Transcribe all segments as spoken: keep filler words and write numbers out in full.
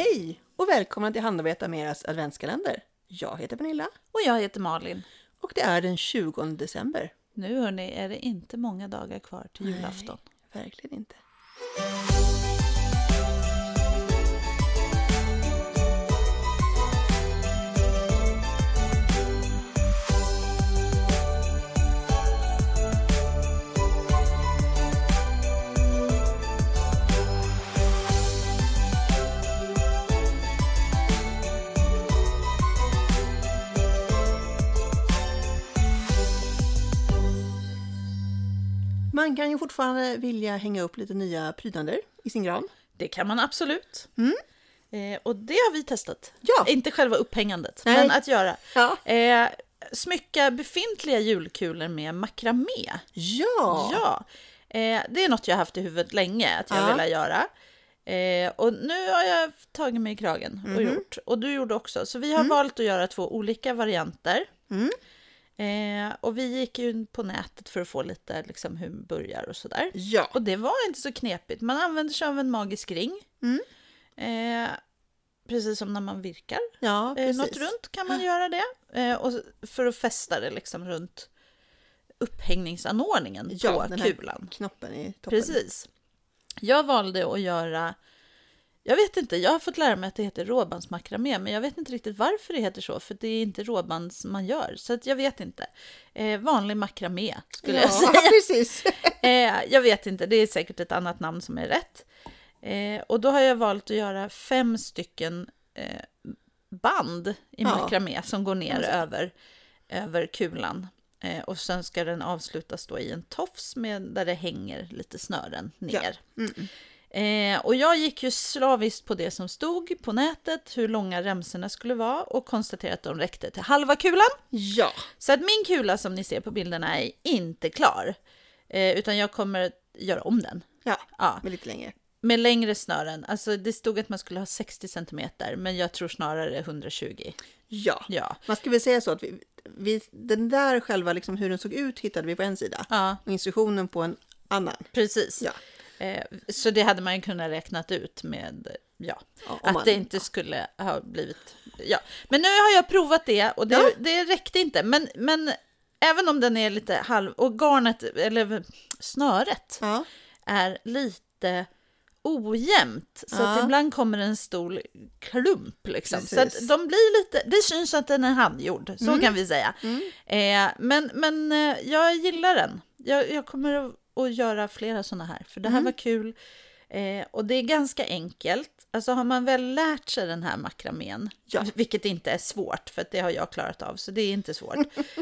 Hej och välkomna till Hanna och Veta-Meras adventskalender. Jag heter Pernilla. Och jag heter Malin. Och det är den tjugonde december. Nu hörni, är det inte många dagar kvar till julafton. Nej, verkligen inte. Man kan ju fortfarande vilja hänga upp lite nya prydnader i sin gran. Det kan man absolut. Mm. Eh, och det har vi testat. Ja. Inte själva upphängandet, Nej. men att göra. Ja. Eh, smycka befintliga julkulor med makramé. Ja. Ja. Eh, det är något jag har haft i huvudet länge att jag Ja. vill göra. Eh, och nu har jag tagit mig i kragen och Mhm. gjort. Och du gjorde också. Så vi har Mm. valt att göra två olika varianter. Mm. Eh, och vi gick ju på nätet för att få lite liksom, hur man börjar och sådär. Ja. Och det var inte så knepigt. Man använder sig av en magisk ring. Mm. Eh, precis som när man virkar. Ja, Eh, precis. något runt kan man göra det. Eh, och för att fästa det liksom runt upphängningsanordningen Ja, på den här kulan. knoppen i toppen. Precis. Jag valde att göra... Jag vet inte, jag har fått lära mig att det heter råbandsmakramé, men jag vet inte riktigt varför det heter så, för det är inte råbands man gör, så att jag vet inte. Eh, vanlig makramé skulle Ja, jag säga. precis. Eh, jag vet inte, det är säkert ett annat namn som är rätt. Eh, och då har jag valt att göra fem stycken eh, band i Ja. makramé som går ner Alltså. över, över kulan. Eh, och sen ska den avslutas då i en tofs med, där det hänger lite snören ner. Ja. Mm. Eh, och jag gick ju slaviskt på det som stod på nätet, hur långa remsorna skulle vara, och konstaterade att de räckte till halva kulan. Ja. Så att min kula som ni ser på bilderna är inte klar, eh, utan jag kommer göra om den. Ja, Ja, med lite längre. med längre snören. Alltså det stod att man skulle ha sextio centimeter, men jag tror snarare hundratjugo. Ja. Ja, Man ska väl säga så att vi, vi, den där själva, liksom hur den såg ut, hittade vi på en sida. ja Och instruktionen på en annan. precis. Ja. Eh, så det hade man ju kunnat räknat ut med, ja, Ja, om att man- det inte skulle ha blivit, ja. Men nu har jag provat det och det, Ja. det räckte inte. Men, men även om den är lite halv, och garnet, eller snöret, Ja. är lite ojämnt. Så Ja. att ibland kommer en stor klump liksom. Så Precis. att de blir lite, det syns att den är handgjord, så Mm. kan vi säga. Mm. Eh, men, men eh, jag gillar den. Jag, jag kommer att, att göra flera sådana här, för det här Mm. var kul. Eh, och det är ganska enkelt. Alltså har man väl lärt sig den här makramén, Ja. vilket inte är svårt, för att det har jag klarat av, så det är inte svårt.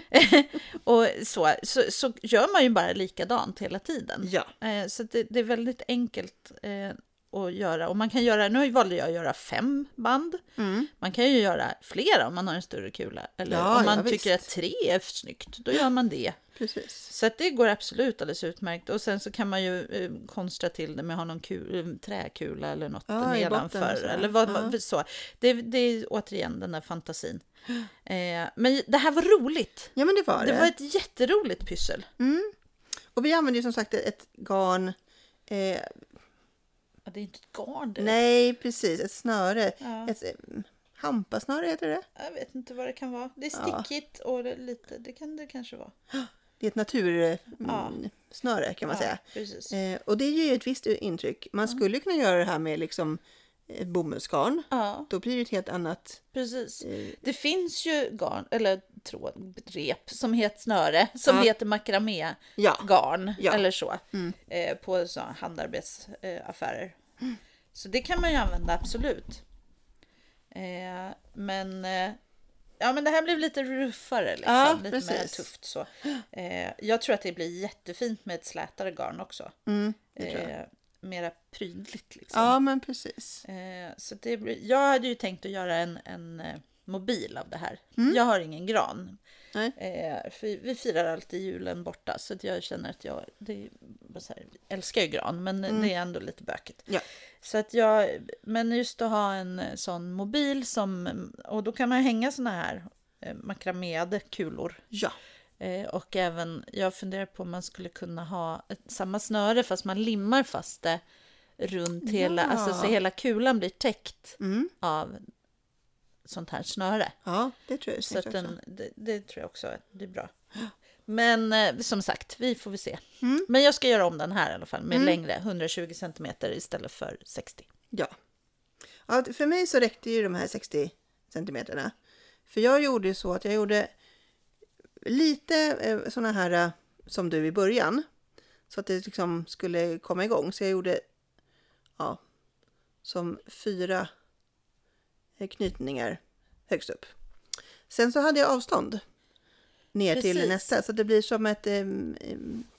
och så, så, så gör man ju bara likadant hela tiden. Ja. Eh, så det, det är väldigt enkelt eh, att göra. Och man kan göra, nu valde jag att göra fem band. Mm. Man kan ju göra flera om man har en större kula. Eller Ja, om man ja, tycker visst. att tre är för snyggt, då gör man det. Precis. Så att det går absolut alldeles utmärkt. Och sen så kan man ju eh, konstra till det med att ha någon kul, eh, träkula eller något Ja, i botten nedanför. och så. Eller vad, Ja. vad, så. Det, det är återigen den där fantasin. Eh, men det här var roligt. Ja, men det var det. Det var ett jätteroligt pyssel. Mm. Och vi använder ju som sagt ett garn. Eh, Ja, det är inte ett garn. Det. nej, precis. Ett snöre. Ja. Ett eh, hampasnöre heter det. Jag vet inte vad det kan vara. Det är Ja. stickigt och det är lite, det kan det kanske vara. Det är ett natursnöre Ja. snöre kan man Ja, säga. precis. Eh, och det ger ju ett visst intryck. Man skulle kunna göra det här med liksom ett bomullsgarn. Ja, Då blir det ett helt annat... precis. Eh, Det finns ju garn, eller tråd, rep, som heter snöre, som Ja. heter makramé. ja. Garn Ja. eller så Mm. eh, på så handarbetsaffärer. Mm. Så det kan man ju använda absolut. Eh, men eh, ja, men det här blev lite ruffare liksom, Ja, lite mer precis. tufft så. Eh, jag tror att det blir jättefint med ett slätare garn också. Mm, det tror jag. Eh, mera prydligt liksom. Ja, men precis. Eh, så det blir, jag hade ju tänkt att göra en, en eh, mobil av det här. Mm. Jag har ingen gran. Nej. Eh, för vi firar alltid julen borta, så att jag känner att jag det är bara så här, älskar ju gran, men Mm. det är ändå lite bökigt. Ja. Så att jag, men just att ha en sån mobil som, och då kan man hänga såna här eh, makraméade kulor. Ja. Eh, och även, jag funderar på om man skulle kunna ha ett, samma snöre fast man limmar fast det runt hela, Ja. alltså så hela kulan blir täckt Mm. av sånt här snöre. Ja, det tror jag Så att också. den, det, det tror jag också blir bra. Men eh, som sagt, vi får väl se. Mm. Men jag ska göra om den här i alla fall med Mm. längre, hundratjugo centimeter istället för sextio. Ja. Ja, för mig så räckte ju de här sextio centimeterna. För jag gjorde ju så att jag gjorde lite eh, såna här eh, som du i början. Så att det liksom skulle komma igång. Så jag gjorde ja, som fyra eh, knytningar högst upp. Sen så hade jag avstånd ner Precis. till nästa. Så det blir som ett eh, eh,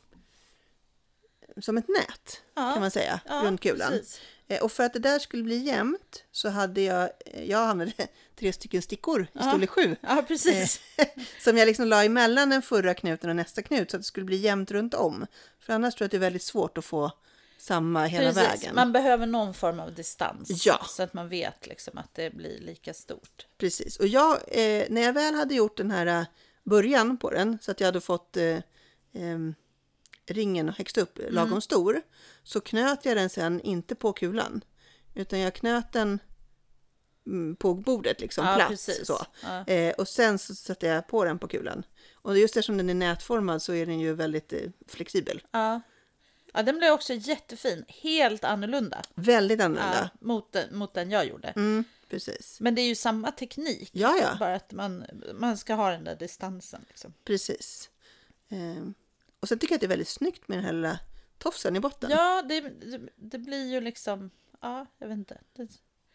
som ett nät Ja. kan man säga Ja, runt kulan. precis. Eh, Och för att det där skulle bli jämnt så hade jag, eh, jag använde tre stycken stickor i Ja. storlek sju. Ja, precis. Som jag liksom la emellan den förra knuten och nästa knut så att det skulle bli jämnt runt om. För annars tror jag att det är väldigt svårt att få samma hela Precis. vägen. Man behöver någon form av distans. Ja. Så att man vet liksom att det blir lika stort. Precis. Och jag, eh, när jag väl hade gjort den här eh, början på den så att jag hade fått eh, eh, ringen högst upp lagom Mm. stor så knöt jag den sen inte på kulan utan jag knöt den mm, på bordet liksom Ja, platt precis. så. Ja. Eh, och sen så satte jag på den på kulan. Och just eftersom den är nätformad så är den ju väldigt eh, flexibel. Ja. Ja, den blev också jättefin. Helt annorlunda. Väldigt Ja, annorlunda. mot, den, mot den jag gjorde. Mm, precis. Men det är ju samma teknik. Ja, ja. Bara att man, man ska ha den där distansen. Liksom. Precis. Eh, och sen tycker jag att det är väldigt snyggt med den här lilla tofsen i botten. Ja, det, det, det blir ju liksom... Ja, jag vet inte. Det,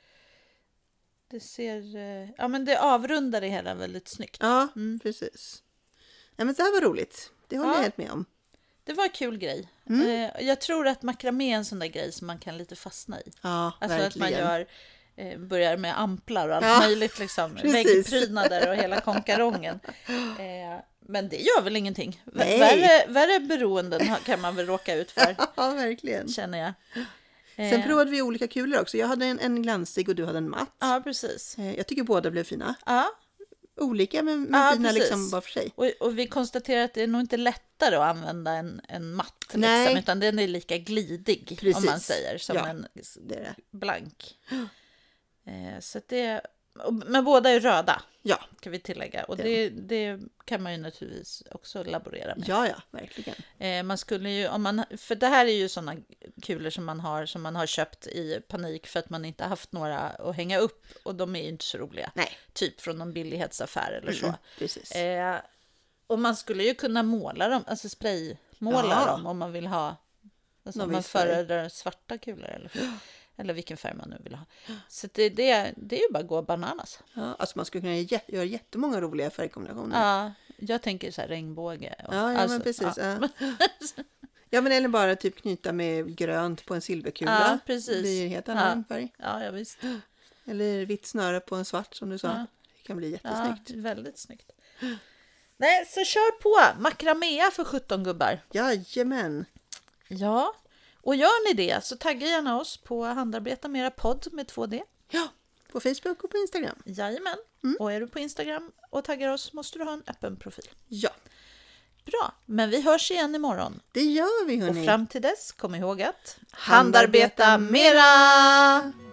det ser... eh, Ja, men det avrundar det hela väldigt snyggt. Ja, Mm. precis. Ja, men det här var roligt. Det håller Ja. jag helt med om. Det var en kul grej. Mm. Eh, Jag tror att makramé är en sån där grej som man kan lite fastna i. Ja, Alltså verkligen. att man gör, eh, börjar med amplar och allt Ja, möjligt. Liksom. precis. Väggprydnader och hela konkarongen. Eh, men det gör väl ingenting. V- Nej. Värre, värre beroenden har- kan man väl råka ut för, Ja, verkligen. känner jag. Sen Eh, provade vi olika kulor också. Jag hade en, en glansig och du hade en matt. Ja, precis. Eh, Jag tycker båda blev fina. Ja, Olika men, men Ja, fina precis. liksom var för sig. och, och vi konstaterar att det är nog inte lättare att använda en, en matt. Nej. Liksom, utan den är lika glidig, om Precis. man säger, som Ja. en Det är det. blank. Eh, så att det, och, men båda är röda, Ja, kan vi tillägga. Och Ja. det, det kan man ju naturligtvis också laborera med. ja, ja, verkligen. Eh, man skulle ju, om man, för det här är ju sådana kulor som man har som man har köpt i panik för att man inte haft några att hänga upp. Och de är ju inte så roliga. Nej. Typ från någon billighetsaffär eller så. Mm, precis. Eh, och man skulle ju kunna måla dem, alltså spraymåla Ja. dem om man vill ha. Alltså Någon om man viss färg. föredrar svarta kulor eller, eller vilken färg man nu vill ha. Så det, det, det är ju bara att gå bananas. Ja, alltså man skulle kunna jä- göra jättemånga roliga färgkombinationer. Ja, jag tänker så här regnbåge. Och, Ja, ja, alltså, men precis. Ja. Ja. Ja, men eller bara typ knyta med grönt på en silverkula. Ja, precis. Det blir en helt Ja. annan färg. Ja, ja, visst. Eller vitt snöre på en svart som du sa. Ja. Det kan bli Ja, jättesnyggt. väldigt snyggt. Nej, så kör på! Makramea för sjutton gubbar. Jajamän. Ja, och gör ni det så tagga gärna oss på Handarbeta Mera podd med två D. Ja, på Facebook och på Instagram. Jajamän. Och är du på Instagram och taggar oss måste du ha en öppen profil. Ja, Bra, men vi hörs igen imorgon. det gör vi hörni. Och fram till dess, kom ihåg att Handarbeta handarbeta mera!